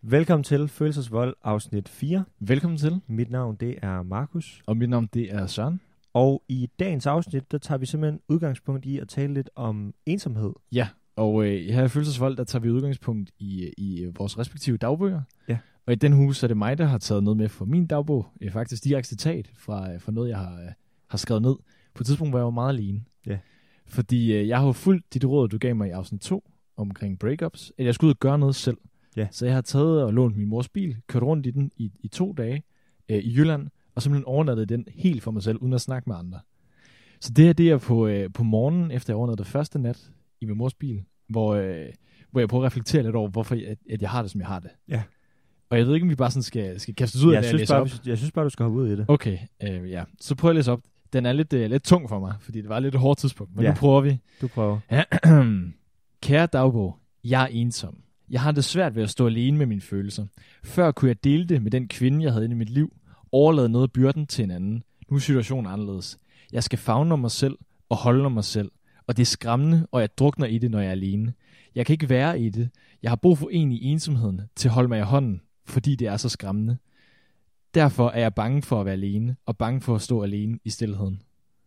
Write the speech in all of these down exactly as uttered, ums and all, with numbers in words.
Velkommen til Følelsesvold afsnit fire. Velkommen til. Mit navn det er Markus. Og mit navn det er Søren. Og i dagens afsnit, der tager vi simpelthen udgangspunkt i at tale lidt om ensomhed. Ja, og øh, her i Følelsesvold, der tager vi udgangspunkt i, i vores respektive dagbøger. Ja. Og i den hus er det mig, der har taget noget med fra min dagbog. Det er faktisk direkte citat fra, fra noget, jeg har, øh, har skrevet ned. På et tidspunkt var jeg jo meget alene. Ja. Fordi øh, jeg har jo fulgt dit råd, du gav mig i afsnit to omkring breakups, at jeg skulle ud og gøre noget selv. Ja. Så jeg har taget og lånt min mors bil, kørt rundt i den i, i to dage øh, i Jylland, og simpelthen overnattet den helt for mig selv, uden at snakke med andre. Så det her, det er på, øh, på morgenen, efter jeg overnattede første nat i min mors bil, hvor, øh, hvor jeg prøver at reflektere lidt over, hvorfor jeg, at jeg har det, som jeg har det. Ja. Og jeg ved ikke, om vi bare sådan skal, skal kaste os ud af det, jeg, synes bare, op. Jeg synes bare, du skal hoppe ud i det. Okay, øh, ja. Så prøver jeg at læse op. Den er lidt, øh, lidt tung for mig, fordi det var lidt et hårdt tidspunkt, men ja. nu prøver vi. Du prøver. Kære dagbog, jeg er ensom. Jeg har det svært ved at stå alene med mine følelser. Før kunne jeg dele det med den kvinde, jeg havde inde i mit liv, overlade noget af byrden til en anden. Nu er situationen anderledes. Jeg skal favne om mig selv og holde om mig selv. Og det er skræmmende, og jeg drukner i det, når jeg er alene. Jeg kan ikke være i det. Jeg har brug for en i ensomheden til at holde mig i hånden, fordi det er så skræmmende. Derfor er jeg bange for at være alene, og bange for at stå alene i stilheden.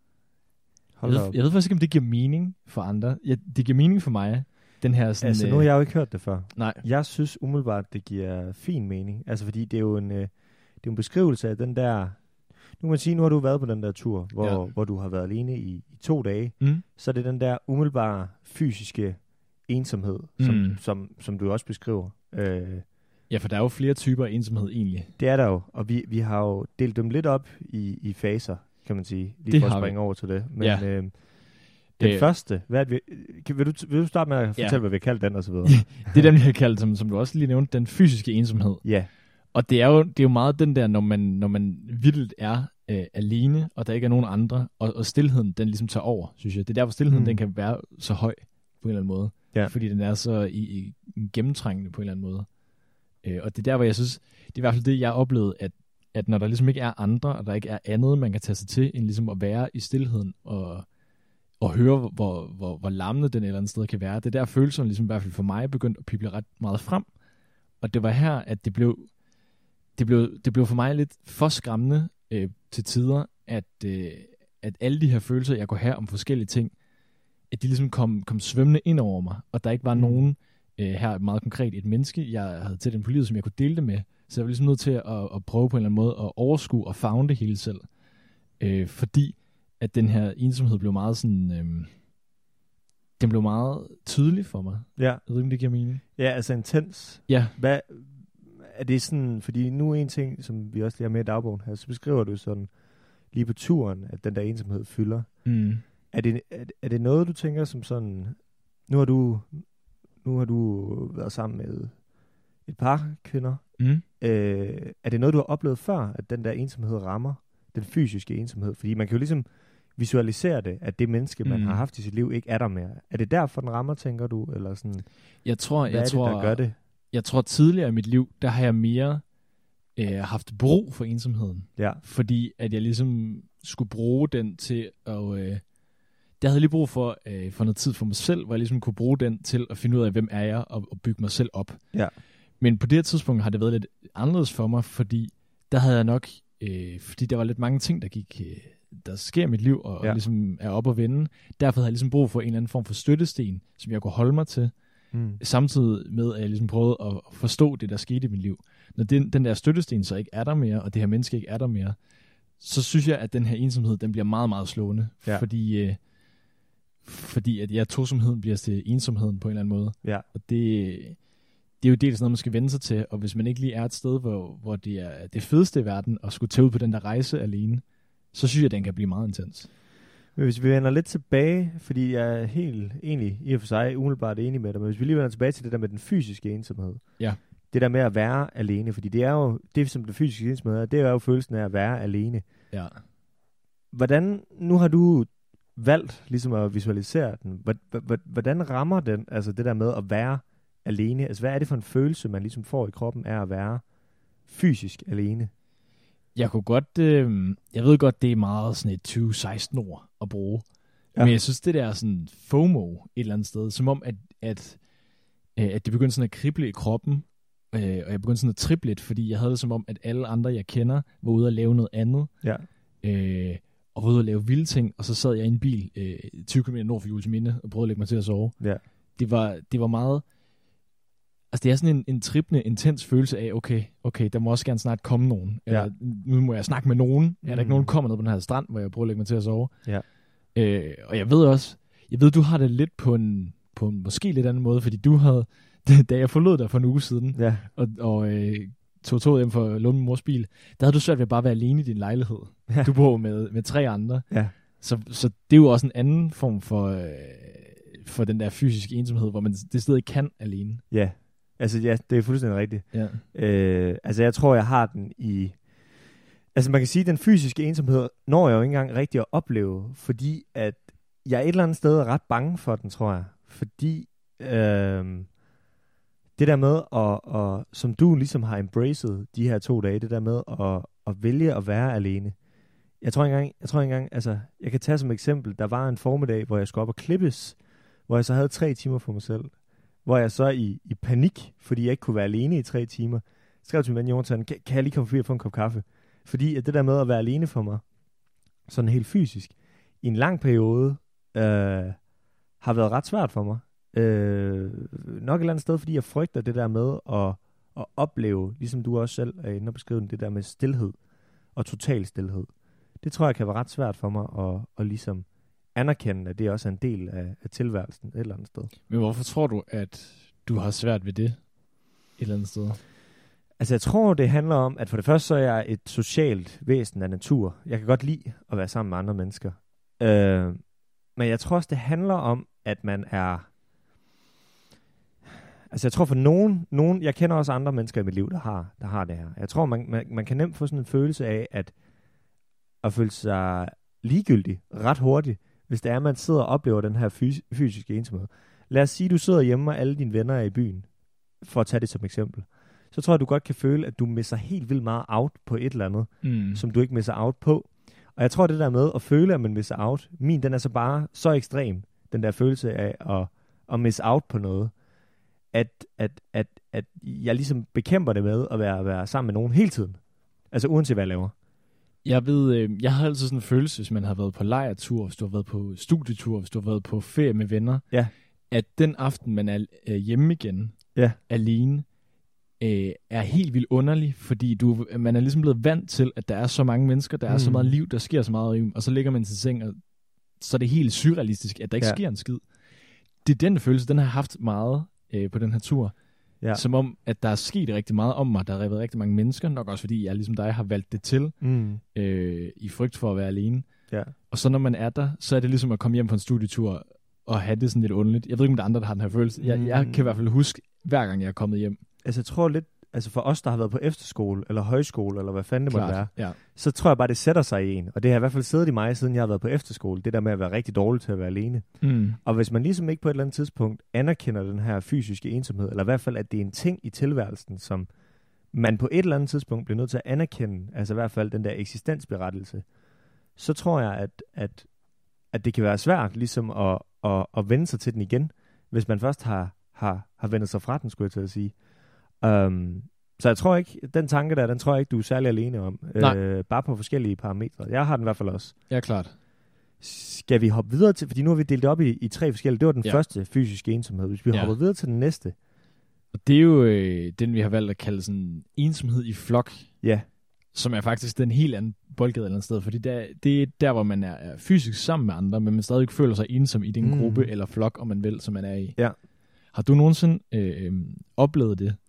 Hold jeg, ved, jeg ved faktisk ikke, om det giver mening for andre. Jeg, det giver mening for mig. Den her sådan, altså, nu har jeg jo ikke hørt det før. Nej. Jeg synes umiddelbart, det giver fin mening. Altså, fordi det er jo en, øh, det er en beskrivelse af den der... Nu kan man sige, nu har du været på den der tur, hvor, ja. hvor du har været alene i, i to dage. Mm. Så er det den der umiddelbare fysiske ensomhed, Mm. som, som, som du også beskriver. Øh, ja, for der er jo flere typer af ensomhed egentlig. det er der jo, og vi, vi har jo delt dem lidt op i, i faser, kan man sige. Lige Det for at har springe vi. over til det. Men Ja. øh, den Øh. første, hvad er det, vi, kan, vil, du, vil du starte med at fortælle, Ja. hvad vi har kaldt den og så videre? Det er den, vi har kaldt, som, som du også lige nævnte, den fysiske ensomhed. Ja. Og det er jo, det er jo meget den der, når man, når man vildt er øh, alene, og der ikke er nogen andre, og, og stillheden, den ligesom tager over, synes jeg. Det er der, hvor stillheden, Mm. den kan være så høj på en eller anden måde. Ja. Fordi den er så i, i, gennemtrængende på en eller anden måde. Øh, og det er der, hvor jeg synes, det er i hvert fald det, jeg oplevede, at, at når der ligesom ikke er andre, og der ikke er andet, man kan tage sig til, end ligesom at være i stillheden, og, og høre, hvor, hvor, hvor lammende den et eller andet sted kan være. Det er der, følelserne ligesom i hvert fald for mig begyndte at pible ret meget frem. Og det var her, at det blev, det blev, det blev for mig lidt for skræmmende øh, til tider, at, øh, at alle de her følelser, jeg kunne have om forskellige ting, at de ligesom kom, kom svømmende ind over mig, og der ikke var Mm. nogen, øh, her meget konkret et menneske, jeg havde til den på livet, som jeg kunne dele det med. Så jeg var ligesom nødt til at, at prøve på en eller anden måde at overskue og favne det hele selv. Øh, fordi at den her ensomhed blev meget sådan, øh, den blev meget tydelig for mig. Ja. Jeg ved ikke, om det giver mening. Ja, altså intens. Ja. Hvad, er det sådan, fordi nu er en ting, som vi også lige har med i dagbogen her, så beskriver du sådan lige på turen, at den der ensomhed fylder. Mm. Er det, er, er det noget, du tænker som sådan, nu har du, nu har du været sammen med et par kvinder. Mm. Øh, er det noget, du har oplevet før, at den der ensomhed rammer, den fysiske ensomhed? Fordi man kan jo ligesom visualisere det, at det menneske, man Mm. har haft i sit liv, ikke er der mere. Er det derfor, den rammer, tænker du? Eller sådan, Jeg tror, hvad jeg er det, tror, der gør det? Jeg tror tidligere i mit liv, der har jeg mere øh, haft brug for ensomheden. Ja. Fordi at jeg ligesom skulle bruge den til at... Øh, der havde jeg lige brug for, øh, for noget tid for mig selv, hvor jeg ligesom kunne bruge den til at finde ud af, hvem er jeg, og, og bygge mig selv op. Ja. Men på det her tidspunkt har det været lidt anderledes for mig, fordi der havde jeg nok... Øh, fordi der var lidt mange ting, der gik... Øh, der sker i mit liv, og, Ja. og ligesom er op og vende. Derfor havde jeg ligesom brug for en eller anden form for støttesten, som jeg kunne holde mig til, Mm. samtidig med, at jeg ligesom prøvede at forstå det, der skete i mit liv. Når den, den der støttesten så ikke er der mere, og det her menneske ikke er der mere, så synes jeg, at den her ensomhed, den bliver meget, meget slående. Ja. Fordi, øh, fordi at ja, tosomheden bliver til ensomheden på en eller anden måde. Ja. Og det, det er jo dels noget, man skal vende sig til, og hvis man ikke lige er et sted, hvor, hvor det er det fedeste i verden, at skulle tage ud på den der rejse alene, så synes jeg, at den kan blive meget intens. Men hvis vi vender lidt tilbage, fordi jeg er helt egentlig i og for sig umiddelbart enig med dig, men hvis vi lige vender tilbage til det der med den fysiske ensomhed. Ja. Det der med at være alene, fordi det er jo, det som den fysiske ensomhed er, det er jo følelsen af at være alene. Ja. Hvordan, nu har du valgt ligesom at visualisere den, hvordan rammer den, altså det der med at være alene? Altså hvad er det for en følelse, man ligesom får i kroppen af at være fysisk alene? Jeg kunne godt, øh, jeg ved godt, det er meget sådan et tyve seksten ord at bruge. Ja. Men jeg synes, det der er sådan FOMO et eller andet sted, som om, at, at, øh, at det begynder sådan at krible i kroppen, Øh, og jeg begyndte sådan at trippe lidt, fordi jeg havde det som om, at alle andre, jeg kender, var ude at lave noget andet. Ja. Øh, og var ude at lave vilde ting, og så sad jeg i en bil øh, tyve kilometer nord for Juelsminde og prøvede at lægge mig til at sove. Ja. Det var, det var meget... Altså det er sådan en, en trippende, intens følelse af, okay, okay, der må også gerne snart komme nogen. Ja. Eller, nu må jeg snakke med nogen. Mm. Er der ikke nogen, der kommer ned på den her strand, hvor jeg prøver at lægge mig til at sove? Ja. Øh, og jeg ved også, jeg ved, du har det lidt på en, på en måske lidt anden måde, fordi du havde, da jeg forlod dig for en uge siden, Ja. og, og øh, tog toget hjem for at låne min mors bil, der havde du svært ved at bare være alene i din lejlighed. Ja. Du bor med, med tre andre. Ja. Så, så det er jo også en anden form for, øh, for den der fysiske ensomhed, hvor man det stadig kan alene. Ja. Altså, ja, det er fuldstændig rigtigt. Ja. Øh, altså, jeg tror, jeg har den i... Altså, man kan sige, at den fysiske ensomhed når jeg jo ikke engang rigtig at opleve, fordi at jeg et eller andet sted er ret bange for den, tror jeg. Fordi øh, det der med, at, at, som du ligesom har embraced de her to dage, det der med at, at vælge at være alene. Jeg tror ikke engang, jeg tror ikke engang, altså, jeg kan tage som eksempel, der var en formiddag, hvor jeg skulle op og klippes, hvor jeg så havde tre timer for mig selv. Hvor jeg så i, i panik, fordi jeg ikke kunne være alene i tre timer, skrev til min ven Jonathan, kan, kan jeg lige komme forbi og få en kop kaffe? Fordi at det der med at være alene for mig, sådan helt fysisk, i en lang periode, øh, har været ret svært for mig. Øh, nok et eller andet sted, fordi jeg frygter det der med at, at opleve, ligesom du også selv er inde og beskrive det der med stilhed og total stilhed. Det tror jeg kan være ret svært for mig at, at ligesom anerkende, at det også er en del af, af tilværelsen et eller andet sted. Men hvorfor tror du, at du har svært ved det et eller andet sted? Altså jeg tror, det handler om, at for det første så er jeg et socialt væsen af natur. Jeg kan godt lide at være sammen med andre mennesker. Øh, men jeg tror også, det handler om, at man er... Altså jeg tror for nogen, nogen... Jeg kender også andre mennesker i mit liv, der har, der har det her. Jeg tror, man, man, man kan nemt få sådan en følelse af, at at føle sig ligegyldig ret hurtigt, hvis det er, at man sidder og oplever den her fys- fysiske ensomhed. Lad os sige, at du sidder hjemme, og alle dine venner er i byen, for at tage det som eksempel. Så tror jeg, du godt kan føle, at du misser helt vildt meget out på et eller andet, Mm. som du ikke misser out på. Og jeg tror, det der med at føle, at man misser out, min, den er så bare så ekstrem, den der følelse af at, at miss out på noget, at, at, at, at jeg ligesom bekæmper det med at være, være sammen med nogen hele tiden. Altså uanset hvad jeg laver. Jeg ved, øh, jeg har altid sådan en følelse, hvis man har været på lejrtur, hvis du har været på studietur, hvis du har været på ferie med venner, Ja. at den aften, man er øh, hjemme igen, Ja. alene, øh, er helt vildt underlig, fordi du, man er ligesom blevet vant til, at der er så mange mennesker, der er Mm. så meget liv, der sker så meget i dem, og så ligger man til seng, og så er det helt surrealistisk, at der ikke Ja. sker en skid. Det er den følelse, den har jeg haft meget øh, på den her tur. Ja. Som om, at der er sket rigtig meget om mig. Der har været rigtig mange mennesker, nok også fordi jeg ligesom dig har valgt det til, Mm. øh, i frygt for at være alene. Ja. Og så når man er der, så er det ligesom at komme hjem på en studietur og have det sådan lidt underligt. Jeg ved ikke, om der er andre, der har den her følelse. Jeg, Mm. jeg kan i hvert fald huske, hver gang jeg er kommet hjem. Altså jeg tror lidt, altså for os, der har været på efterskole, eller højskole, eller hvad fanden det måtte være, Ja. så tror jeg bare, det sætter sig i en. Og det har i hvert fald siddet i mig, siden jeg har været på efterskole, det der med at være rigtig dårlig til at være alene. Mm. Og hvis man ligesom ikke på et eller andet tidspunkt anerkender den her fysiske ensomhed, eller i hvert fald, at det er en ting i tilværelsen, som man på et eller andet tidspunkt bliver nødt til at anerkende, altså i hvert fald den der eksistensberettelse, så tror jeg, at, at, at det kan være svært ligesom at, at, at vende sig til den igen, hvis man først har, har, har vendt sig fra den, skulle jeg til at sige. Um, så jeg tror ikke, den tanke der, den tror jeg ikke, du er særlig alene om. Øh, bare på forskellige parametre. Jeg har den i hvert fald også. Ja, klart. Skal vi hoppe videre til, fordi nu har vi delt op i, i tre forskellige, det var den Ja. første fysiske ensomhed. Hvis vi Ja. hopper videre til den næste. Og det er jo øh, den, vi har valgt at kalde sådan ensomhed i flok, Ja, som er faktisk den helt anden boldgade et eller andet sted, fordi der, det er der, hvor man er, er fysisk sammen med andre, men man stadig ikke føler sig ensom i den Mm. gruppe eller flok, om man vil, som man er i. Ja. Har du nogensinde øh, øh, oplevet det?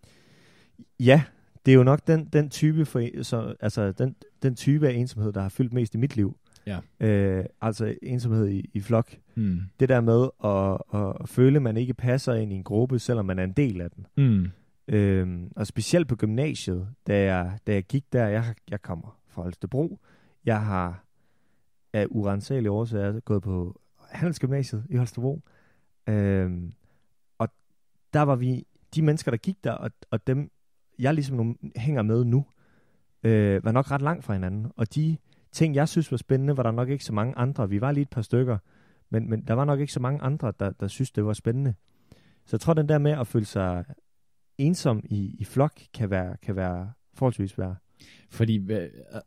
ja, det er jo nok den, den, type for, så, altså den, den type af ensomhed, der har fyldt mest i mit liv. Ja. Øh, altså ensomhed i, i flok. Mm. Det der med at, at, at føle, at man ikke passer ind i en gruppe, selvom man er en del af den. Mm. Øhm, og specielt på gymnasiet, da jeg, da jeg gik der, jeg, jeg kommer fra Holstebro. Jeg har af urensagelige årsager gået på Handelsgymnasiet i Holstebro. Øhm, og der var vi, de mennesker, der gik der, og, og dem, jeg ligesom nu hænger med nu, øh, var nok ret langt fra hinanden. Og de ting, jeg synes var spændende, var der nok ikke så mange andre. Vi var lige et par stykker, men, men der var nok ikke så mange andre, der, der synes, det var spændende. Så jeg tror, den der med at føle sig ensom i, i flok kan være, kan være forholdsvis værd. Fordi hvad,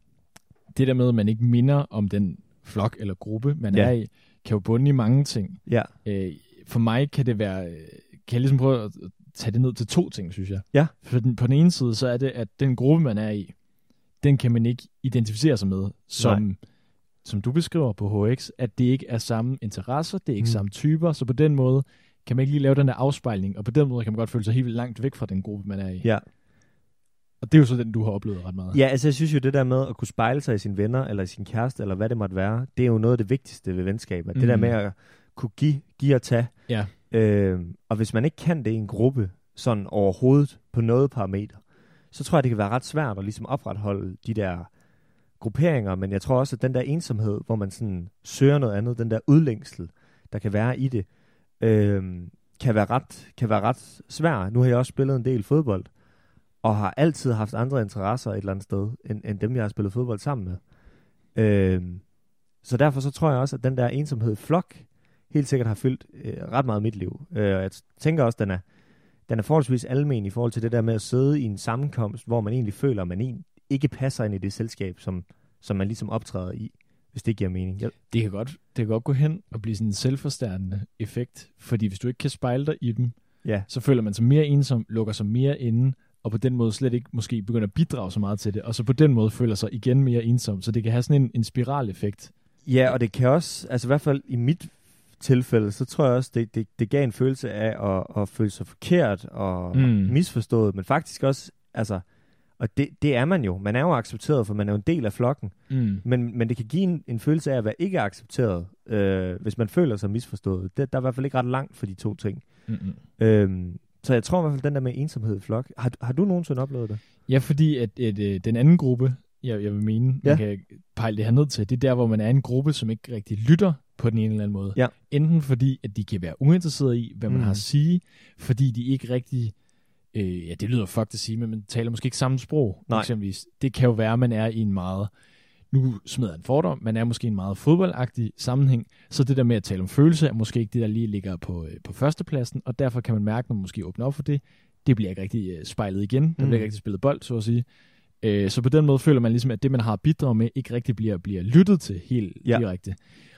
det der med, at man ikke minder om den flok eller gruppe, man ja. er i, kan jo bunde i mange ting. Ja. Øh, for mig kan det være, kan jeg ligesom prøve at tage det ned til to ting, synes jeg. Ja. For den, på den ene side, så er det, at den gruppe, man er i, den kan man ikke identificere sig med, som, som du beskriver på H X, at det ikke er samme interesser, det er ikke mm. samme typer, så på den måde kan man ikke lige lave den der afspejling, og på den måde kan man godt føle sig helt langt væk fra den gruppe, man er i. Ja. Og det er jo så den, du har oplevet ret meget. Ja, altså jeg synes jo, det der med at kunne spejle sig i sine venner, eller i sin kæreste, eller hvad det måtte være, det er jo noget af det vigtigste ved venskab. Mm. Det der med at kunne give, give og tage. Ja. Øh, og hvis man ikke kan det i en gruppe, sådan overhovedet på noget parameter, så tror jeg, det kan være ret svært at ligesom opretholde de der grupperinger, men jeg tror også, at den der ensomhed, hvor man sådan søger noget andet, den der udlængsel, der kan være i det, øh, kan være ret, kan være ret svær. Nu har jeg også spillet en del fodbold, og har altid haft andre interesser et eller andet sted, end, end dem, jeg har spillet fodbold sammen med. Øh, så derfor så tror jeg også, at den der ensomhed i flok helt sikkert har fyldt øh, ret meget i mit liv. Øh, jeg tænker også, at den er, den er forholdsvis almen i forhold til det der med at sidde i en sammenkomst, hvor man egentlig føler, at man ikke passer ind i det selskab, som, som man ligesom optræder i, hvis det giver mening. Ja. Det kan godt, det kan godt gå hen og blive sådan en selvforstærkende effekt, fordi hvis du ikke kan spejle dig i dem, ja. så føler man sig mere ensom, lukker sig mere inde, og på den måde slet ikke måske begynder at bidrage så meget til det, og så på den måde føler sig igen mere ensom, så det kan have sådan en, en spiraleffekt. Ja, og det kan også, altså i hvert fald i mit tilfælde, så tror jeg også, det, det, det gav en følelse af at, at føle sig forkert og mm. misforstået, men faktisk også, altså, og det, det er man jo, man er jo accepteret, for man er jo en del af flokken, mm. men, men det kan give en, en følelse af at være ikke accepteret, øh, hvis man føler sig misforstået. Det, der er i hvert fald ikke ret langt for de to ting. Mm-hmm. Øhm, så jeg tror i hvert fald, den der med ensomhed i flok, har, har du nogensinde oplevet det? Ja, fordi at, at, at den anden gruppe, jeg, jeg vil mene, ja. man kan pejle det her ned til, det er der, hvor man er en gruppe, som ikke rigtig lytter på den ene eller anden måde. Ja. Enten fordi, at de kan være uinteresserede i, hvad man mm. har at sige, fordi de ikke rigtig, øh, ja, det lyder fucked at sige, men man taler måske ikke samme sprog, Nej. eksempelvis. Det kan jo være, at man er i en meget, nu smider jeg en fordom, man er måske i en meget fodboldagtig sammenhæng, så det der med at tale om følelse, er måske ikke det, der lige ligger på, øh, på førstepladsen, og derfor kan man mærke, når man måske åbner op for det, det bliver ikke rigtig øh, spejlet igen, mm. der bliver ikke rigtig spillet bold, så at sige. Øh, så på den måde føler man ligesom, at det, man har bidraget med, ikke rigtig bliver, bliver lyttet til helt ja. direkte.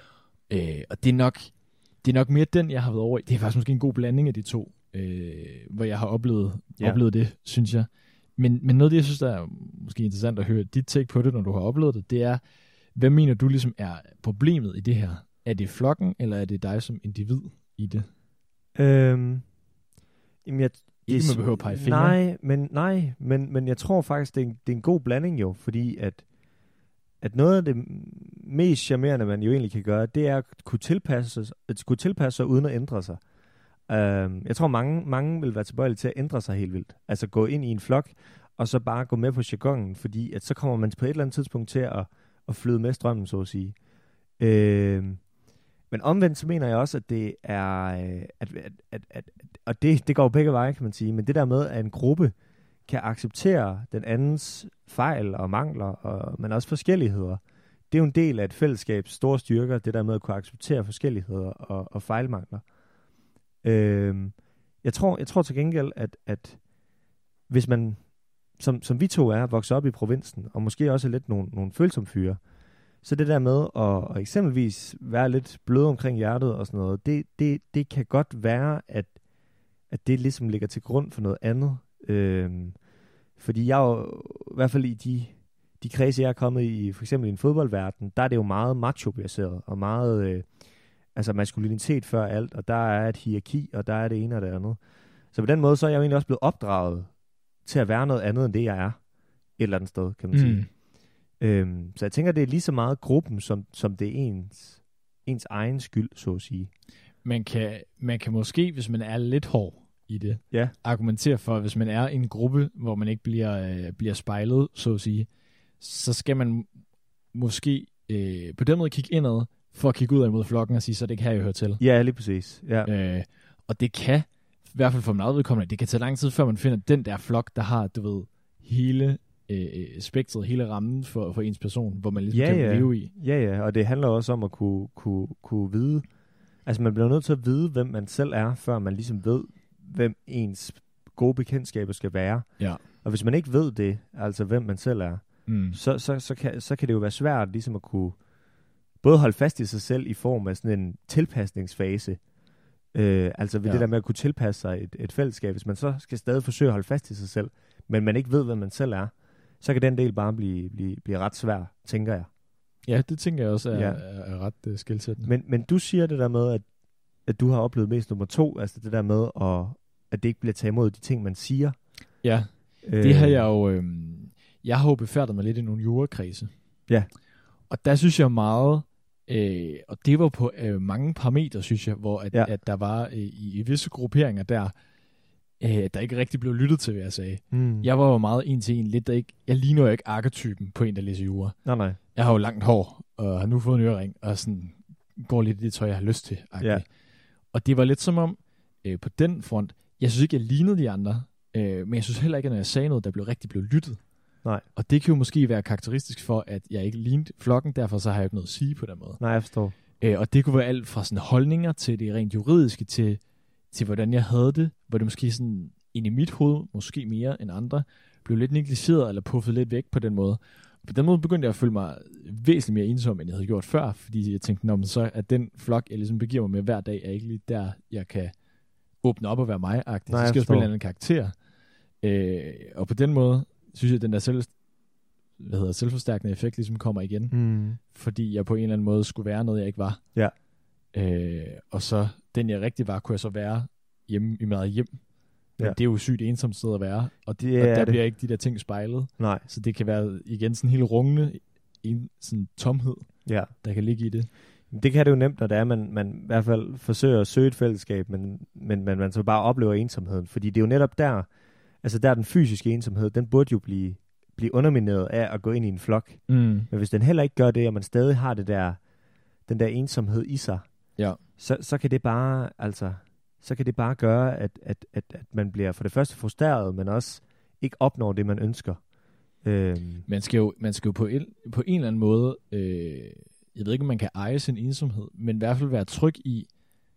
Øh, og det er, nok, det er nok mere den, jeg har været over i. Det er faktisk måske en god blanding af de to, øh, hvor jeg har oplevet, ja. oplevet det, synes jeg. Men, men noget af det, jeg synes, der er måske interessant at høre dit take på det, når du har oplevet det, det er, hvad mener du ligesom er problemet i det her? Er det flokken, eller er det dig som individ i det? Øhm, jamen jeg, ikke man behøver at pege fingre. Nej, men, nej men, men jeg tror faktisk, det er, en, det er en god blanding jo, fordi at at noget af det mest charmerende, man jo egentlig kan gøre, det er at kunne tilpasse sig, at kunne tilpasse sig uden at ændre sig. Uh, jeg tror, mange, mange vil være tilbøjelige til at ændre sig helt vildt. Altså gå ind i en flok, og så bare gå med på jargonen, fordi at så kommer man på et eller andet tidspunkt til at, at flyde med strømmen, så at sige. Uh, men omvendt, så mener jeg også, at det er, at, at, at, at, og det, det går begge veje, kan man sige, men det der med, at en gruppe kan acceptere den andens fejl og mangler, og, men også forskelligheder. Det er jo en del af et fællesskabs store styrker, det der med at kunne acceptere forskelligheder og, og fejlmangler. Øhm, jeg, tror, jeg tror til gengæld, at, at hvis man, som, som vi to er, vokset op i provinsen, og måske også lidt nogle, nogle følsomme fyre, så det der med at, at eksempelvis være lidt blød omkring hjertet og sådan noget, det, det, det kan godt være, at, at det ligesom ligger til grund for noget andet. Øhm, fordi jeg jo, i hvert fald i de, de kredse, jeg er kommet i, for eksempel i en fodboldverden, der er det jo meget macho-baseret, og meget øh, altså maskulinitet før alt, og der er et hierarki, og der er det ene og det andet. Så på den måde, så er jeg jo egentlig også blevet opdraget til at være noget andet, end det jeg er, et eller andet sted, kan man mm. sige. Øhm, så jeg tænker, det er lige så meget gruppen, som, som det er ens, ens egen skyld, så at sige. Man kan, man kan måske, hvis man er lidt hård i det, ja. argumentere for, hvis man er i en gruppe, hvor man ikke bliver, øh, bliver spejlet, så at sige, så skal man måske øh, på den måde kigge indad, for at kigge ud af mod flokken og sige, så det kan jeg jo høre til. Ja, lige præcis. Ja. Øh, og det kan, i hvert fald for min eget vedkommende, det kan tage lang tid, før man finder den der flok, der har, du ved, hele øh, spektret, hele rammen for, for ens person, hvor man ligesom ja, kan ja. leve i. Ja, ja, og det handler også om at kunne, kunne, kunne vide, altså man bliver nødt til at vide, hvem man selv er, før man ligesom ved, hvem ens gode bekendtskaber skal være. Ja. Og hvis man ikke ved det, altså hvem man selv er, Mm. så, så, så, kan, så kan det jo være svært ligesom at kunne både holde fast i sig selv i form af sådan en tilpasningsfase, øh, altså ved Ja. det der med at kunne tilpasse sig et, et fællesskab. Hvis man så skal stadig forsøge at holde fast i sig selv, men man ikke ved, hvem man selv er, så kan den del bare blive, blive, blive ret svær, tænker jeg. Ja, det tænker jeg også er, Ja. ja. er, er ret uh, skelsættende. Men, men du siger det der med, at, at du har oplevet mest nummer to, altså det der med, at, at det ikke bliver taget imod de ting, man siger. Ja, det har jeg jo... Øh, jeg har jo befærdet mig lidt i nogle jurekredse. Ja. Og der synes jeg meget... Øh, og det var på øh, mange parametre, synes jeg, hvor at, Ja. ja. at der var øh, i, i visse grupperinger der, øh, der ikke rigtig blev lyttet til, hvad jeg sagde. Mm. Jeg var jo meget en til en lidt, der ikke... Jeg ligner jo ikke arketypen på en, der læser jura. Nej, nej. Jeg har jo langt hår, og har nu fået en ørering, og sådan går lidt i det tøj, jeg har lyst til. Ja. Og det var lidt som om, øh, på den front, jeg synes ikke, jeg lignede de andre, øh, men jeg synes heller ikke, at når jeg sagde noget, der blev rigtig blev lyttet. Nej. Og det kan jo måske være karakteristisk for, at jeg ikke lignede flokken, derfor så har jeg ikke noget at sige på den måde. Nej, jeg forstår. Øh, og det kunne være alt fra sådan holdninger til det rent juridiske, til, til hvordan jeg havde det, hvor det måske sådan ind i mit hoved, måske mere end andre, blev lidt negligeret eller puffet lidt væk på den måde. På den måde begyndte jeg at føle mig væsentligt mere ensom, end jeg havde gjort før, fordi jeg tænkte, når man så at den flok, jeg ligesom begiver mig med hver dag, er ikke lige der, jeg kan åbne op og være mig-agtig. Nej, Så jeg skal jeg forstår. spille en anden karakter. Øh, og på den måde, synes jeg, at den der selv, hvad hedder, selvforstærkende effekt ligesom kommer igen. Mm. Fordi jeg på en eller anden måde skulle være noget, jeg ikke var. Ja. Øh, og så den, jeg rigtig var, kunne jeg så være hjemme i mit eget hjem. Men Ja. det er jo sygt ensomt sted at være, og, Det og er der det. bliver ikke de der ting spejlet. Nej. Så det kan være igen sådan helt rungende, en sådan tomhed, Ja. der kan ligge i det. Det kan det jo nemt, når det er, man, man i hvert fald forsøger at søge et fællesskab, men, men, men man så bare oplever ensomheden. Fordi det er jo netop der, altså der den fysiske ensomhed, den burde jo blive, blive undermineret af at gå ind i en flok. Mm. Men hvis den heller ikke gør det, og man stadig har det der, den der ensomhed i sig, Ja. så, så kan det bare, altså, så kan det bare gøre, at, at, at, at man bliver for det første frustreret, men også ikke opnår det, man ønsker. Øhm, Man skal jo, man skal jo på, en, på en eller anden måde, øh, jeg ved ikke, om man kan eje sin ensomhed, men i hvert fald være tryg i,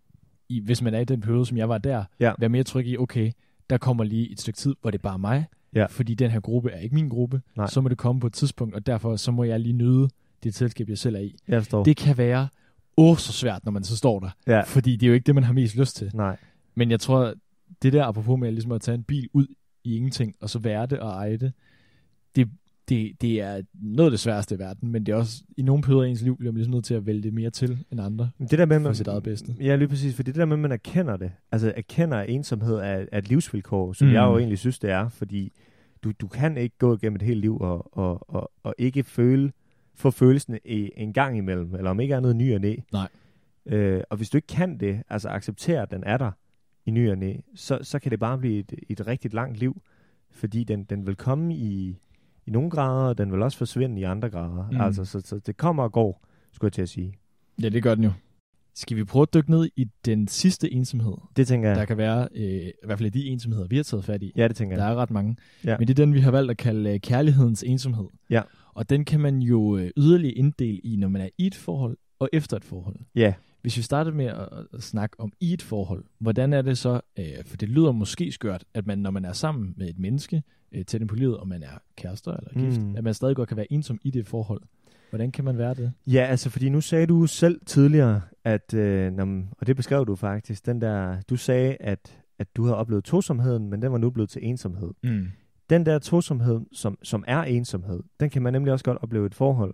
i hvis man er i den periode, som jeg var der, Ja. være mere tryg i, okay, der kommer lige et stykke tid, hvor det er bare mig, Ja. fordi den her gruppe er ikke min gruppe, Nej. så må det komme på et tidspunkt, og derfor så må jeg lige nyde det selskab, jeg selv er i. jeg forstår. Det kan være åh så svært, når man så står der, Ja. fordi det er jo ikke det, man har mest lyst til. Nej. Men jeg tror, det der apropos med ligesom at tage en bil ud i ingenting, og så være det og eje det, det, det, det er noget af det sværeste i verden, men det er også, i nogle perioder af ens liv, bliver man ligesom nødt til at vælge det mere til end andre. Men det der med, For man, sit eget bedste. Ja, lige præcis, fordi det der med, at man erkender det, altså erkender, at ensomhed er, er et livsvilkår, som mm. Mm. jeg jo egentlig synes, det er, fordi du, du kan ikke gå igennem et helt liv og, og, og, og ikke føle, få følelsen i, en gang imellem, eller om ikke er noget ny og næ. Nej. Øh, og hvis du ikke kan det, altså acceptere, at den er der i ny og næ, så, så kan det bare blive et, et rigtig langt liv, fordi den, den vil komme i, i nogle grader, og den vil også forsvinde i andre grader. Mm. Altså, så, så det kommer og går, skulle jeg til at sige. Ja, det gør den jo. Skal vi prøve at dykke ned i den sidste ensomhed, Det tænker jeg. der kan være, øh, i hvert fald de ensomheder, vi har taget fat i. Ja, det tænker Der jeg. er ret mange. Ja. Men det er den, vi har valgt at kalde øh, kærlighedens ensomhed. Ja. Og den kan man jo øh, yderligere inddele i, når man er i et forhold og efter et forhold. Ja. Hvis vi starter med at, at snakke om i et forhold, hvordan er det så, øh, for det lyder måske skørt, at man, når man er sammen med et menneske, øh, tæt på livet, og man er kærester eller gift, Mm. at man stadig godt kan være ensom i det forhold. Hvordan kan man være det? Ja, altså fordi nu sagde du selv tidligere, at, øh, når, man- og det beskrev du faktisk, den der, du sagde, at, at du havde oplevet tosomheden, men den var nu blevet til ensomhed. Mm. Den der tosomhed, som, som er ensomhed, den kan man nemlig også godt opleve i et forhold.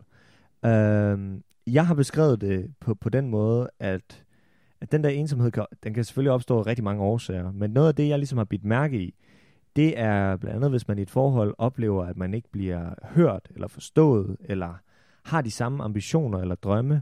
Øh, jeg har beskrevet det på, på den måde, at, at den der ensomhed, kan, den kan selvfølgelig opstå af rigtig mange årsager, men noget af det, jeg ligesom har bidt mærke i, det er blandt andet, hvis man i et forhold oplever, at man ikke bliver hørt eller forstået, eller har de samme ambitioner eller drømme,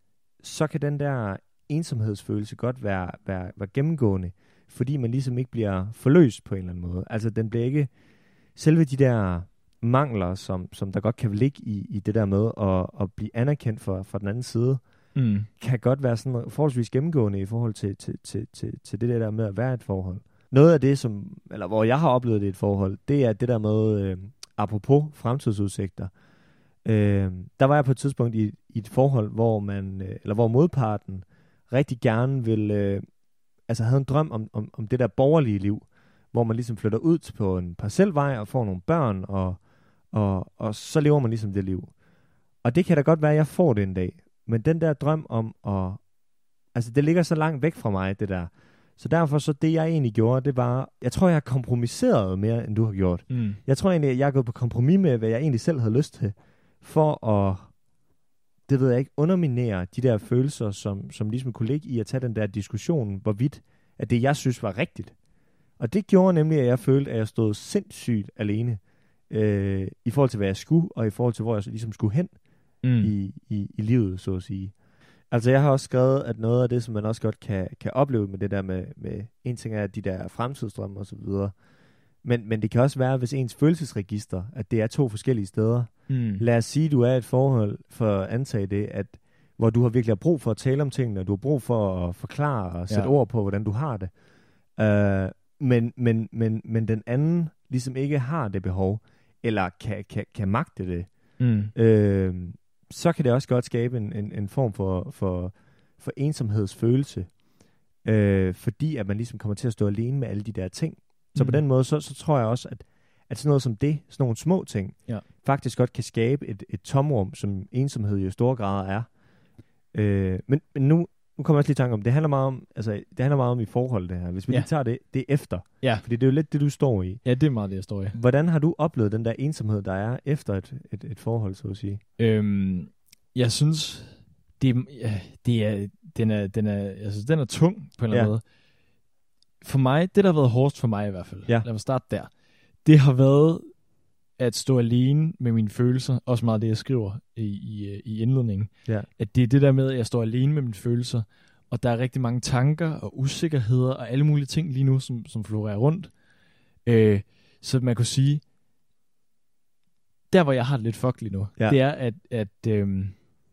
så kan den der ensomhedsfølelse godt være, være, være gennemgående, fordi man ligesom ikke bliver forløst på en eller anden måde. Altså den bliver ikke, selve de der mangler, som, som der godt kan ligge i, i det der med at, at blive anerkendt fra, fra den anden side, Mm. kan godt være sådan forholdsvis gennemgående i forhold til, til, til, til, til det der med at være et forhold. Noget af det, som, eller hvor jeg har oplevet det i et forhold, det er det der med, øh, apropos fremtidsudsigter. Øh, der var jeg på et tidspunkt i, i et forhold, hvor man, øh, eller hvor modparten rigtig gerne ville, øh, altså havde en drøm om, om, om det der borgerlige liv, hvor man ligesom flytter ud til på en parcelvej og får nogle børn, og, og, og så lever man ligesom det liv. Og det kan da godt være, at jeg får det en dag. Men den der drøm om at... Altså, det ligger så langt væk fra mig, det der. Så derfor så det, jeg egentlig gjorde, det var... Jeg tror, jeg har kompromiseret mere, end du har gjort. Mm. Jeg tror egentlig, at jeg er gået på kompromis med, hvad jeg egentlig selv havde lyst til. For at... Det ved jeg ikke, underminere de der følelser, som, som ligesom kunne ligge i at tage den der diskussion, hvorvidt at det, jeg synes, var rigtigt. Og det gjorde nemlig, at jeg følte, at jeg stod sindssygt alene øh, i forhold til, hvad jeg skulle, og i forhold til, hvor jeg ligesom skulle hen mm. i, i, i livet, så at sige. Altså, jeg har også skrevet, at noget af det, som man også godt kan, kan opleve med det der med, med en ting er de der fremtidsdrømme og så videre, men, men det kan også være, hvis ens følelsesregister, at det er to forskellige steder. Mm. Lad os sige, at du er i et forhold, for at antage det, at hvor du har virkelig har brug for at tale om tingene, og du har brug for at forklare og sætte ja. ord på, hvordan du har det. Uh, men, men, men, men den anden ligesom ikke har det behov, eller kan, kan, kan magte det, mm. uh, så kan det også godt skabe en, en, en form for, for, for ensomhedsfølelse, uh, fordi at man ligesom kommer til at stå alene med alle de der ting. Så mm. på den måde, så, så tror jeg også, at, at sådan noget som det, sådan nogle små ting, ja. faktisk godt kan skabe et, et tomrum, som ensomhed i store grader er. Øh, men, men nu, nu kommer jeg også lige i tanke om, det handler meget om, altså, det handler meget om i forhold det her. Hvis vi ja. lige tager det, det efter. Ja. Fordi det er jo lidt det, du står i. Ja, det er meget det, jeg står i. Hvordan har du oplevet den der ensomhed, der er efter et, et, et forhold, så at sige? Øhm, jeg synes, det, ja, det er, den, er, den, er, altså, den er tung på en eller anden ja. måde. For mig, det der har været hårdest for mig i hvert fald, ja. lad mig starte der, det har været at stå alene med mine følelser, også meget det, jeg skriver i, i, i indledningen, ja. at det er det der med, at jeg står alene med mine følelser, og der er rigtig mange tanker og usikkerheder og alle mulige ting lige nu, som, som florerer rundt. Øh, så man kunne sige, der hvor jeg har det lidt fucked lige nu, ja. det er, at, at, øhm,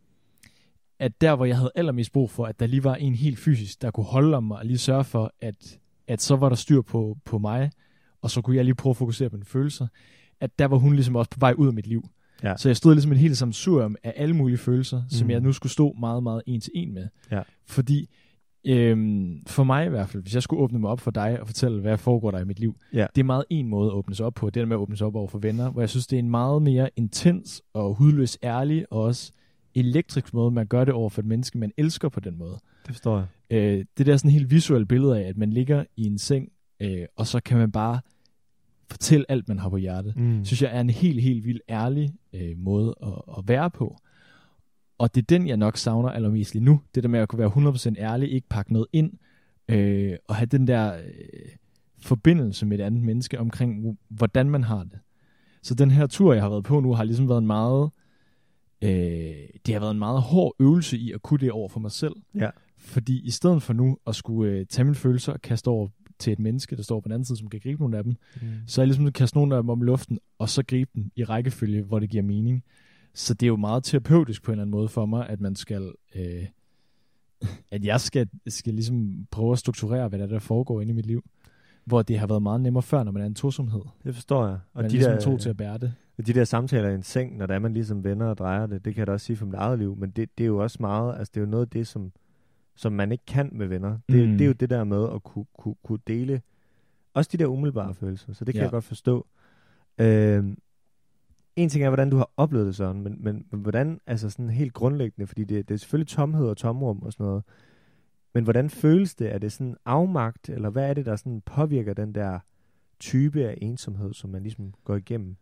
at der hvor jeg havde allermest brug for, at der lige var en helt fysisk, der kunne holde om mig og lige sørge for, at, at så var der styr på, på mig, og så kunne jeg lige prøve at fokusere på mine følelser, at der var hun ligesom også på vej ud af mit liv. Ja. Så jeg stod ligesom et helt sammensurium af alle mulige følelser, mm. som jeg nu skulle stå meget, meget en til en med. Ja. Fordi øhm, for mig i hvert fald, hvis jeg skulle åbne mig op for dig og fortælle, hvad foregår der i mit liv, ja. det er meget en måde at åbne sig op på. Det der med at åbne sig op over for venner, hvor jeg synes, det er en meget mere intens og hudløs ærlig og også elektrisk måde, man gør det over for et menneske, man elsker på den måde. Det forstår jeg. Øh, det der sådan helt visuelle billede af, at man ligger i en seng, øh, og så kan man bare fortælle alt, man har på hjertet, mm. synes jeg er en helt, helt vild ærlig øh, måde at, at være på. Og det er den, jeg nok savner allermest lige nu. Det der med at kunne være hundrede procent ærlig, ikke pakke noget ind, øh, og have den der øh, forbindelse med et andet menneske omkring, hvordan man har det. Så den her tur, jeg har været på nu, har ligesom været en meget, øh, det har været en meget hård øvelse i at kunne det over for mig selv. Ja. Fordi i stedet for nu at skulle øh, tage mine følelser og kaste over til et menneske, der står på den anden side, som kan gribe nogle af dem, mm. så er jeg ligesom kaste nogle af dem om i luften, og så gribe dem i rækkefølge, hvor det giver mening. Så det er jo meget terapeutisk på en eller anden måde for mig, at man skal, øh, at jeg skal, skal ligesom prøve at strukturere, hvad der, der foregår inde i mit liv, hvor det har været meget nemmere før, når man er en tosomhed. Det forstår jeg. Og man de ligesom der, to til at bære det. De der samtaler i en seng, når der er man ligesom vender og drejer det, det kan jeg da også sige for mit eget liv, men det, det er jo også meget, altså det er jo noget af det, som som man ikke kan med venner. Det, mm. det er jo det der med at kunne, kunne, kunne dele også de der umiddelbare følelser, så det kan ja. jeg godt forstå. Øhm, en ting er, hvordan du har oplevet det sådan, men, men, men hvordan, altså sådan helt grundlæggende, fordi det, det er selvfølgelig tomhed og tomrum og sådan noget, men hvordan føles det? Er det sådan afmagt, eller hvad er det, der sådan påvirker den der type af ensomhed, som man ligesom går igennem?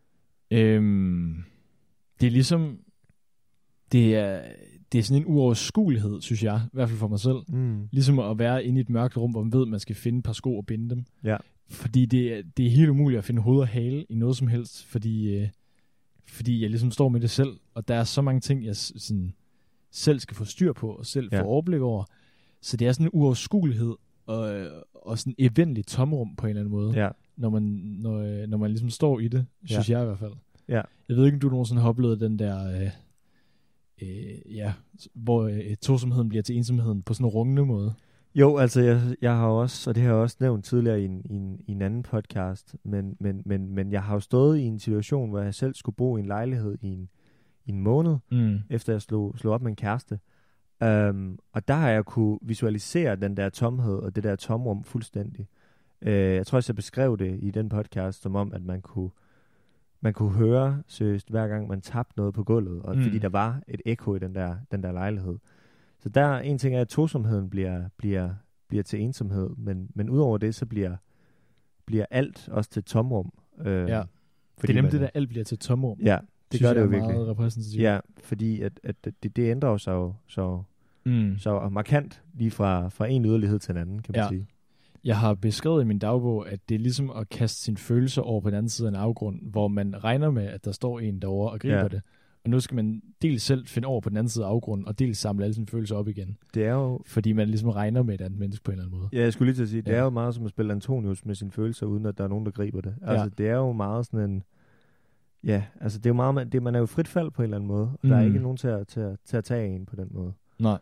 Øhm, det er ligesom, det er, det er sådan en uoverskuelighed, synes jeg, i hvert fald for mig selv. Mm. Ligesom at være inde i et mørkt rum, hvor man ved, at man skal finde et par sko og binde dem. Ja. Fordi det, det er helt umuligt at finde hoved og hale i noget som helst, fordi, øh, fordi jeg ligesom står med det selv, og der er så mange ting, jeg sådan, selv skal få styr på, og selv ja. få overblik over. Så det er sådan en uoverskuelighed, og, og sådan et eventligt tomrum på en eller anden måde, ja. når, man, når, når man ligesom står i det, synes ja. jeg i hvert fald. Ja. Jeg ved ikke, om du nogensinde har oplevet den der... Øh, Øh, ja, hvor øh, tosomheden bliver til ensomheden på sådan en rungende måde. Jo, altså jeg, jeg har også, og det har jeg også nævnt tidligere i en, i en, i en anden podcast, men, men, men, men jeg har jo stået i en situation, hvor jeg selv skulle bo i en lejlighed i en, i en måned, mm. efter jeg slog, slog op med en kæreste. Um, og der har jeg kunne visualisere den der tomhed og det der tomrum fuldstændig. Øh, jeg tror også, jeg beskrev det i den podcast, som om, at man kunne, man kunne høre seriøst, hver gang man tabte noget på gulvet, og Mm. fordi der var et ekko i den der, den der lejlighed. Så der en ting er, at tosomheden bliver, bliver, bliver til ensomhed, men, men udover det, så bliver, bliver alt også til tomrum. Øh, Ja. fordi Det er nemlig det, man- der alt bliver til tomrum. Ja, det Synes gør jeg det jo er virkelig. meget repræsentativt. Ja, fordi at, at det, det ændrer jo sig jo så, Mm. så markant lige fra, fra en yderlighed til en anden, kan man Ja. sige. Jeg har beskrevet i min dagbog, at det er ligesom at kaste sine følelser over på den anden side af en afgrund, hvor man regner med, at der står en derovre og griber Ja. det. Og nu skal man dels selv finde over på den anden side af afgrunden, og dels samle alle sine følelser op igen. Det er jo, Fordi man ligesom regner med et andet menneske på en eller anden måde. ja, jeg skulle lige til at sige, det Ja. er jo meget som at spille Antonius med sine følelser, uden at der er nogen, der griber det. Altså, Ja. det er jo meget sådan en, ja, altså det er jo meget, man, det, man er jo frit fald på en eller anden måde, og mm. der er Mm. ikke nogen til at, til, at, til at tage en på den måde. Nej.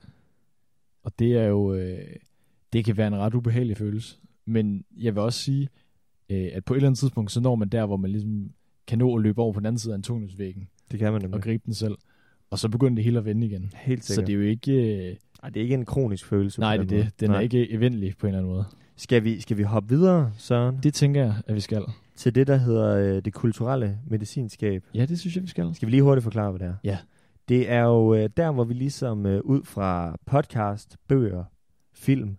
Og det er jo, øh, det kan være en ret ubehagelig følelse. Men jeg vil også sige, øh, at på et eller andet tidspunkt, så når man der, hvor man ligesom kan nå at løbe over på den anden side af Antonius-væggen Det kan man nemlig. og gribe den selv. Og så begynder det hele at vende igen. Helt Så sikkert. det er jo ikke... Øh, Ej, det er ikke en kronisk følelse. nej, på det den er måde. det. Den Nej. er ikke eventlig på en eller anden måde. Skal vi, skal vi hoppe videre, Søren, Det tænker jeg, at vi skal. til det, der hedder øh, det kulturelle medicinskab? Ja, det synes jeg, vi skal. Skal vi lige hurtigt forklare, hvad det er? Ja. Det er jo øh, der, hvor vi ligesom øh, ud fra podcast, bøger, film,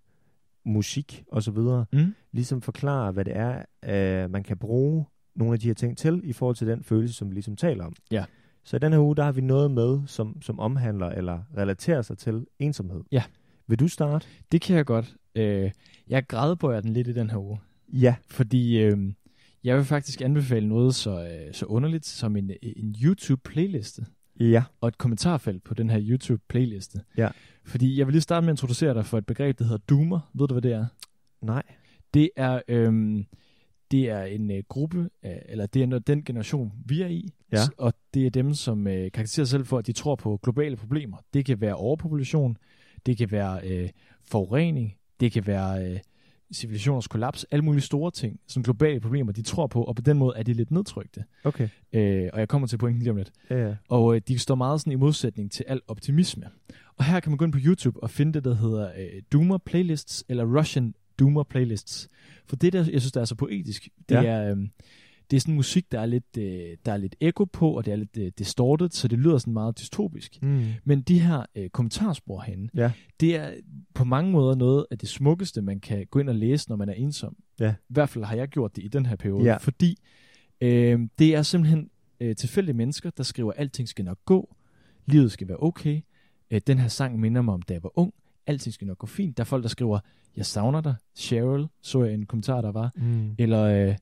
musik osv., Mm? ligesom forklarer, hvad det er, øh, man kan bruge nogle af de her ting til, i forhold til den følelse, som vi ligesom taler om. Ja. Så i den her uge, der har vi noget med, som, som omhandler eller relaterer sig til ensomhed. Ja. Vil du starte? Det kan jeg godt. Øh, jeg grædebøjer den lidt i den her uge. Ja. Fordi øh, jeg vil faktisk anbefale noget så, øh, så underligt som en, en YouTube-playliste. Ja. Og et kommentarfelt på den her YouTube-playliste. Ja. Fordi jeg vil lige starte med at introducere dig for et begreb, der hedder doomer. Ved du, hvad det er? Nej. Det er, øhm, det er en øh, gruppe, øh, eller det er den generation, vi er i. Ja. S- Og det er dem, som øh, karakteriserer sig selv for, at de tror på globale problemer. Det kan være overpopulation, det kan være øh, forurening, det kan være øh, civilisationers kollaps, alle mulige store ting, sådan globale problemer, de tror på, og på den måde er de lidt nedtrykte. Okay. Øh, og jeg kommer til pointen lige om lidt. Ja, ja. Og øh, de står meget sådan i modsætning til al optimisme. Og her kan man gå ind på YouTube og finde det, der hedder øh, Doomer Playlists, eller Russian Doomer Playlists. For det der, jeg synes, der er så poetisk, det Ja. er... Øh, det er sådan musik, der er lidt, øh, der er lidt ekko på, og det er lidt øh, distorted, så det lyder sådan meget dystopisk. Mm. Men de her øh, kommentarspor herinde, Ja. det er på mange måder noget af det smukkeste, man kan gå ind og læse, når man er ensom. Ja. I hvert fald har jeg gjort det i den her periode, Ja. fordi øh, det er simpelthen øh, tilfældige mennesker, der skriver, at alting skal nok gå, livet skal være okay, øh, den her sang minder mig om, da jeg var ung, alting skal nok gå fint. Der er folk, der skriver, jeg savner dig, Cheryl, så jeg en kommentar, der var, Mm. eller øh,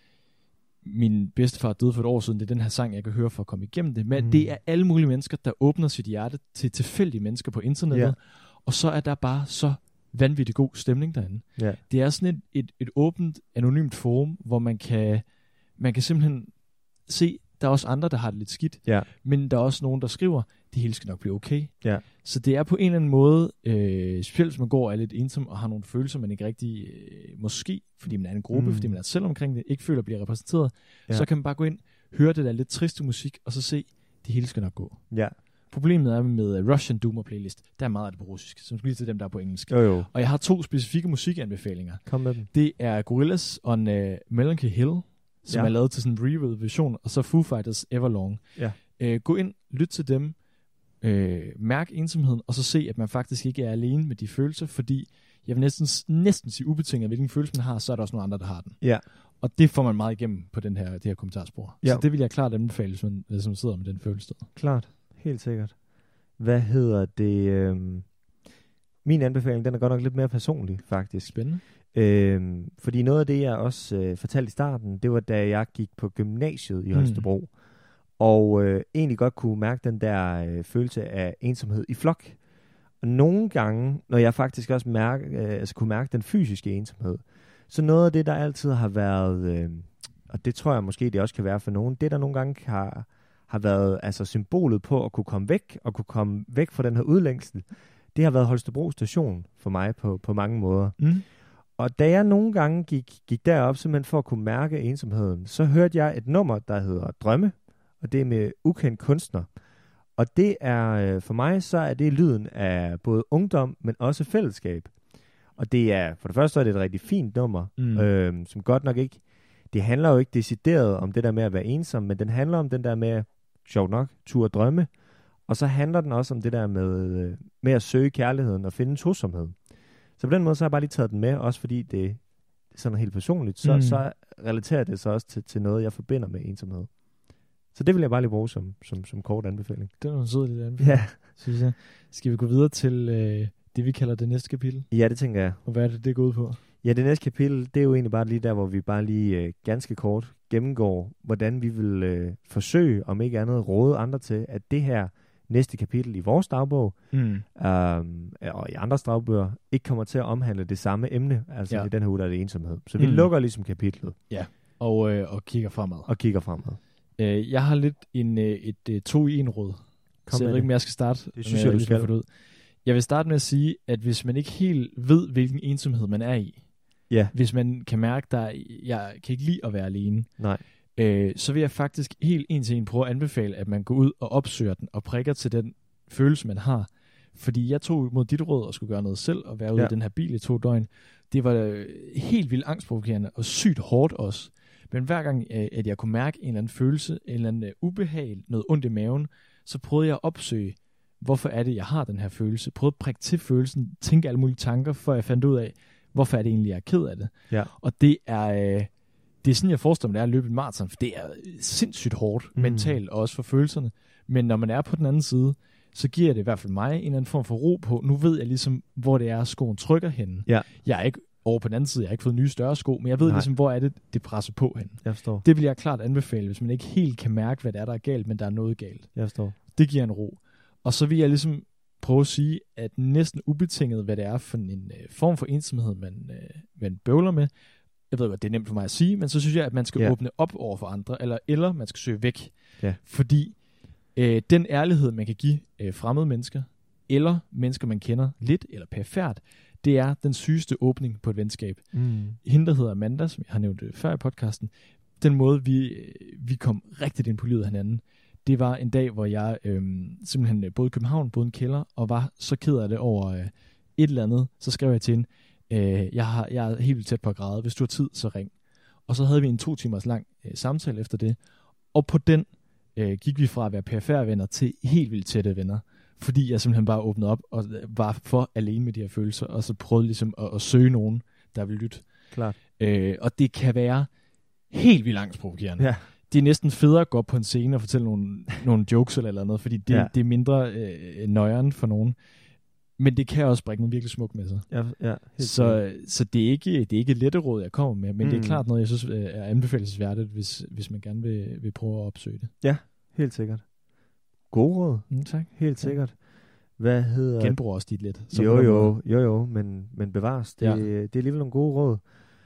min bedstefar døde for et år siden, det er den her sang, jeg kan høre for at komme igennem det. Men Mm. mm. det er alle mulige mennesker, der åbner sit hjerte til tilfældige mennesker på internettet, Ja. og så er der bare så vanvittig god stemning derinde. Ja. Det er sådan et, et, et åbent, anonymt forum, hvor man kan, man kan simpelthen se, der er også andre, der har det lidt skidt, Ja. men der er også nogen, der skriver, det hele skal nok blive okay. Ja. Så det er på en eller anden måde, øh, specielt hvis man går og er lidt ensom og har nogle følelser, man ikke rigtig, øh, måske, fordi man er en gruppe, Mm. mm. fordi man er selv omkring det, ikke føler at blive repræsenteret, Ja. så kan man bare gå ind, høre det der lidt triste musik, og så se, det hele skal nok gå. Ja. Problemet er med uh, Russian Doomer Playlist, der er meget af det på russisk, som skal lige til dem, der er på engelsk. Jo, jo. Og jeg har to specifikke musikanbefalinger. Kom med dem. Det er Gorillaz on uh, Melancholy Hill, som Ja. er lavet til sådan en reverb version, og så Foo Fighters Everlong. Ja. Uh, gå ind, lyt til dem, uh, mærk ensomheden, og så se, at man faktisk ikke er alene med de følelser, fordi jeg vil næsten, næsten sige ubetinget, hvilken følelse man har, så er der også nogle andre, der har den. Ja. Og det får man meget igennem på den her, det her kommentarspor. Ja. Så det vil jeg klart anbefale, hvis man, hvis man sidder med den følelse. Klart. Helt sikkert. Hvad hedder det? Øhm, min anbefaling, den er godt nok lidt mere personlig, faktisk. Spændende. Øhm, fordi noget af det, jeg også øh, fortalte i starten, det var, da jeg gik på gymnasiet i Holstebro. Mm. Og øh, egentlig godt kunne mærke den der øh, følelse af ensomhed i flok. Og nogle gange, når jeg faktisk også mærke, øh, altså kunne mærke den fysiske ensomhed, så noget af det, der altid har været, øh, og det tror jeg måske, det også kan være for nogen, det der nogle gange har, har været altså symbolet på at kunne komme væk, og kunne komme væk fra den her udlængsel, det har været Holstebro station for mig på, på mange måder. Mm. Og da jeg nogle gange gik, gik derop, simpelthen for at kunne mærke ensomheden, så hørte jeg et nummer, der hedder Drømme, og det er med ukendt kunstner. Og det er, for mig, så er det lyden af både ungdom, men også fællesskab. Og det er, for det første er det et rigtig fint nummer, Mm. øhm, som godt nok ikke, det handler jo ikke decideret om det der med at være ensom, men den handler om den der med, sjovt nok, tur og drømme, og så handler den også om det der med, øh, med at søge kærligheden og finde tosomhed. Så på den måde, så har jeg bare lige taget den med, også fordi det er sådan helt personligt, så, Mm. så relaterer det så også til, til noget, jeg forbinder med ensomhed. Så det vil jeg bare lige bruge som, som, som kort anbefaling. Det var en sød lille anbefaling, Ja. synes jeg. Skal vi gå videre til øh, det, vi kalder det næste kapitel? Ja, det tænker jeg. Og hvad er det, det går ud på? Ja, det næste kapitel, det er jo egentlig bare lige der, hvor vi bare lige øh, ganske kort gennemgår, hvordan vi vil øh, forsøge, om ikke andet, råde andre til, at det her næste kapitel i vores dagbog, Mm. øhm, og i andres dagbøger, ikke kommer til at omhandle det samme emne, altså Ja. i den her uge, der er det ensomhed. Så vi Mm. lukker ligesom kapitlet Og, øh, og kigger fremad. og kigger fremad. Øh, jeg har lidt en, øh, et øh, to-i-en-råd. Kom Så jeg med ved ikke, det. om jeg skal starte. Det synes om jeg, du lige skal. få det ud. Jeg vil starte med at sige, at hvis man ikke helt ved, hvilken ensomhed man er i, Ja, hvis man kan mærke, at jeg kan ikke lide at være alene, nej. øh, så vil jeg faktisk helt en til en prøve at anbefale, at man går ud og opsøger den og prikker til den følelse, man har. Fordi jeg tog mod dit råd og skulle gøre noget selv og være ude Ja. i den her bil i to døgn. Det var øh, helt vildt angstprovokerende og sygt hårdt også. Men hver gang, øh, at jeg kunne mærke en eller anden følelse, en eller anden øh, ubehag, noget ondt i maven, så prøvede jeg at opsøge, hvorfor er det, jeg har den her følelse. Prøvede at prikke til følelsen, tænke alle mulige tanker, før jeg fandt ud af, hvorfor er det egentlig, jeg er ked af det. Ja. Og det er, øh, det er sådan, jeg forestiller mig, det er at løbe en maraton, for det er sindssygt hårdt Mm. mentalt, og også for følelserne. Men når man er på den anden side, så giver det i hvert fald mig en eller anden form for ro på. Nu ved jeg ligesom, hvor det er, skoen trykker henne. Ja. Jeg er ikke over på den anden side, jeg har ikke fået nye større sko, men jeg ved Nej. ligesom, hvor er det, det presser på henne. Jeg forstår. Det vil jeg klart anbefale, hvis man ikke helt kan mærke, hvad det er, der er galt, men der er noget galt. Jeg forstår. Det giver en ro. Og så vil jeg ligesom prøve at sige, at næsten ubetinget, hvad det er for en øh, form for ensomhed, man, øh, man bøvler med. Jeg ved godt, det er nemt for mig at sige, men så synes jeg, at man skal Ja. åbne op over for andre, eller, eller man skal søge væk. Ja. Fordi øh, den ærlighed, man kan give øh, fremmede mennesker, eller mennesker, man kender lidt eller perifært, det er den sygeste åbning på et venskab. Mm. Hende, der hedder Amanda, som jeg har nævnt før i podcasten, den måde, vi, vi kom rigtig ind på livet af hinanden, det var en dag, hvor jeg øhm, simpelthen boede i København, boede i en kælder, og var så ked af det over øh, et eller andet. Så skrev jeg til hende, øh, jeg, har, jeg er helt vildt tæt på at græde, hvis du har tid, så ring. Og så havde vi en to timers lang øh, samtale efter det, og på den øh, gik vi fra at være perifære venner til helt vildt tætte venner, fordi jeg simpelthen bare åbnede op og var for alene med de her følelser, og så prøvede ligesom at, at søge nogen, der ville lytte. Klart. Øh, og det kan være helt vildt angstprovokerende. Ja. Det er næsten federe at gå op på en scene og fortælle nogle, nogle jokes eller noget, fordi det, Ja. det er mindre øh, nøjeren for nogen. Men det kan også bringe noget virkelig smukt med sig. Ja, ja, helt Så, så det er ikke det er ikke et lette råd, jeg kommer med, men mm. det er Mm. klart noget, jeg synes øh, er anbefalesværdigt, hvis, hvis man gerne vil, vil prøve at opsøge det. Helt sikkert. God råd. Mm, tak. Helt Ja. sikkert. Hvad hedder... Genbruger også dit lidt. Så Jo, på den jo, måde. jo, jo, men, men bevares. Det, Ja. ja. det er alligevel nogle gode råd.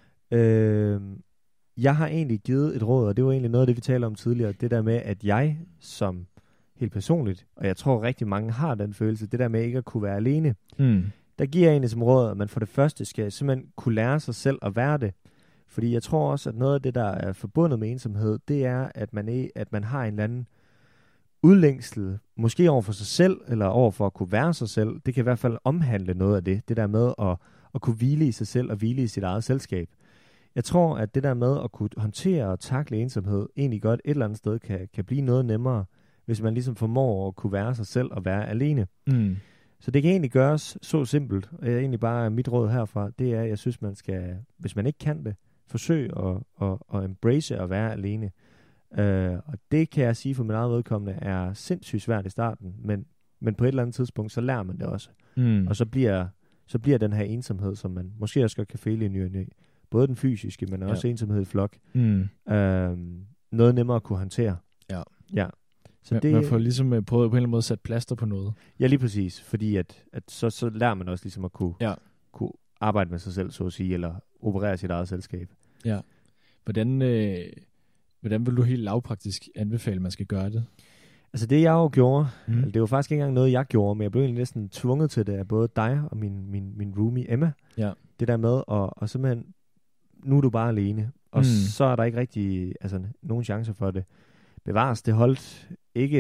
Øh, jeg har egentlig givet et råd, og det var egentlig noget af det, vi talte om tidligere. Det der med, at jeg som helt personligt, og jeg tror rigtig mange har den følelse, det der med ikke at kunne være alene, Mm. der giver jeg egentlig som råd, at man for det første skal simpelthen kunne lære sig selv at være det. Fordi jeg tror også, at noget af det, der er forbundet med ensomhed, det er, at man, er, at man har en eller anden udlængsel, måske over for sig selv, eller over for at kunne være sig selv. Det kan i hvert fald omhandle noget af det. Det der med at, at kunne hvile i sig selv og hvile i sit eget selskab. Jeg tror, at det der med at kunne håndtere og takle ensomhed, egentlig godt et eller andet sted kan, kan blive noget nemmere, hvis man ligesom formår at kunne være sig selv og være alene. Mm. Så det kan egentlig gøres så simpelt, og jeg egentlig bare mit råd herfra, det er, at jeg synes, man skal, hvis man ikke kan det, forsøge at, at, at embrace at være alene. Uh, og det kan jeg sige for min eget vedkommende er sindssygt svært i starten, men, men på et eller andet tidspunkt, så lærer man det også. Mm. Og så bliver, så bliver den her ensomhed, som man måske også godt kan føle i ny og ny, både den fysiske, men også Ja. ensomhed i flok, Mm. uh, noget nemmere at kunne håndtere. Ja. Ja. Så Man, det, man får ligesom øh, prøvet på en eller anden måde at sætte plaster på noget. ja, lige præcis, fordi at, at så, så lærer man også ligesom at kunne, Ja. kunne arbejde med sig selv, så at sige, eller operere sit eget selskab. Ja. Hvordan, øh, hvordan vil du helt lavpraktisk anbefale, at man skal gøre det? Altså det jeg jo gjorde, Mm. mm. det var faktisk ikke engang noget, jeg gjorde, men jeg blev egentlig næsten tvunget til det af både dig og min, min, min roomie Emma. Ja. Det der med, at, og simpelthen, nu er du bare alene, og Mm. mm. så er der ikke rigtig altså, nogen chancer for det. Bevares, det holdt ikke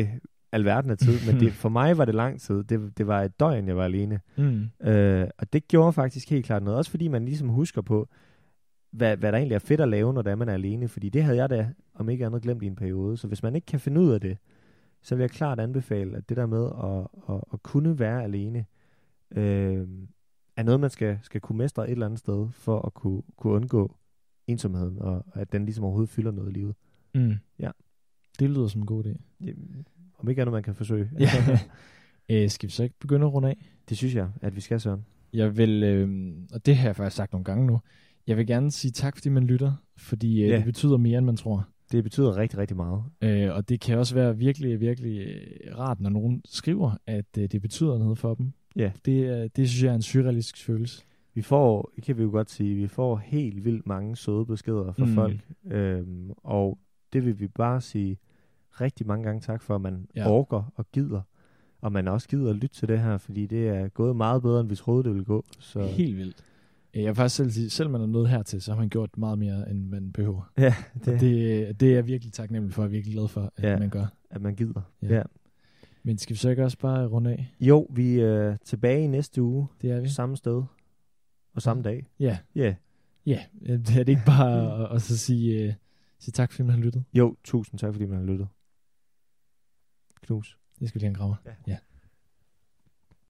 alverden af tid, men det, for mig var det lang tid. Det, det var et døgn, jeg var alene. Mm. Øh, og det gjorde faktisk helt klart noget. Også fordi man ligesom husker på, hvad, hvad der egentlig er fedt at lave, når det er, man er alene. Fordi det havde jeg da, om ikke andet, glemt i en periode. Så hvis man ikke kan finde ud af det, så vil jeg klart anbefale, at det der med at, at, at kunne være alene, øh, er noget, man skal, skal kunne mestre et eller andet sted, for at kunne, kunne undgå ensomheden, og at den ligesom overhovedet fylder noget i livet. Mm. Ja. Det lyder som en god idé. Jamen, om ikke andet, man kan forsøge. Ja. Æ, skal vi så ikke begynde at runde af? Det synes jeg, at vi skal, Søren. Jeg vil, øh, og det har jeg faktisk sagt nogle gange nu, jeg vil gerne sige tak, fordi man lytter, fordi øh, Ja. det betyder mere, end man tror. Det betyder rigtig, rigtig meget. Øh, og det kan også være virkelig, virkelig øh, rart, når nogen skriver, at øh, det betyder noget for dem. Ja. Det, øh, det synes jeg er en surrealistisk følelse. Vi får, kan vi jo godt sige, vi får helt vildt mange søde beskeder fra Mm. mm. folk. Øhm, og det vil vi bare sige rigtig mange gange tak for, at man Ja. ja. orker og gider. Og man også gider at lytte til det her, fordi det er gået meget bedre, end vi troede, det ville gå. Så Helt vildt. Øh, Jeg vil faktisk selv sige, selvom man er nået hertil, så har man gjort meget mere, end man behøver. ja, Det, det, det, det er jeg virkelig taknemmelig for, og virkelig glad for, at Ja. man gør. at man gider. Ja. Ja. Ja. Men skal vi så ikke også bare runde af? Jo, vi er tilbage i næste uge, Det er vi. samme sted og samme dag. Ja, Ja. Yeah. ja. Det er det ikke bare at, at så sige, uh, sige tak, fordi man har lyttet. Jo, tusind tak, fordi man har lyttet. Knus. Det skal vi lige have en krammer. Ja. Ja.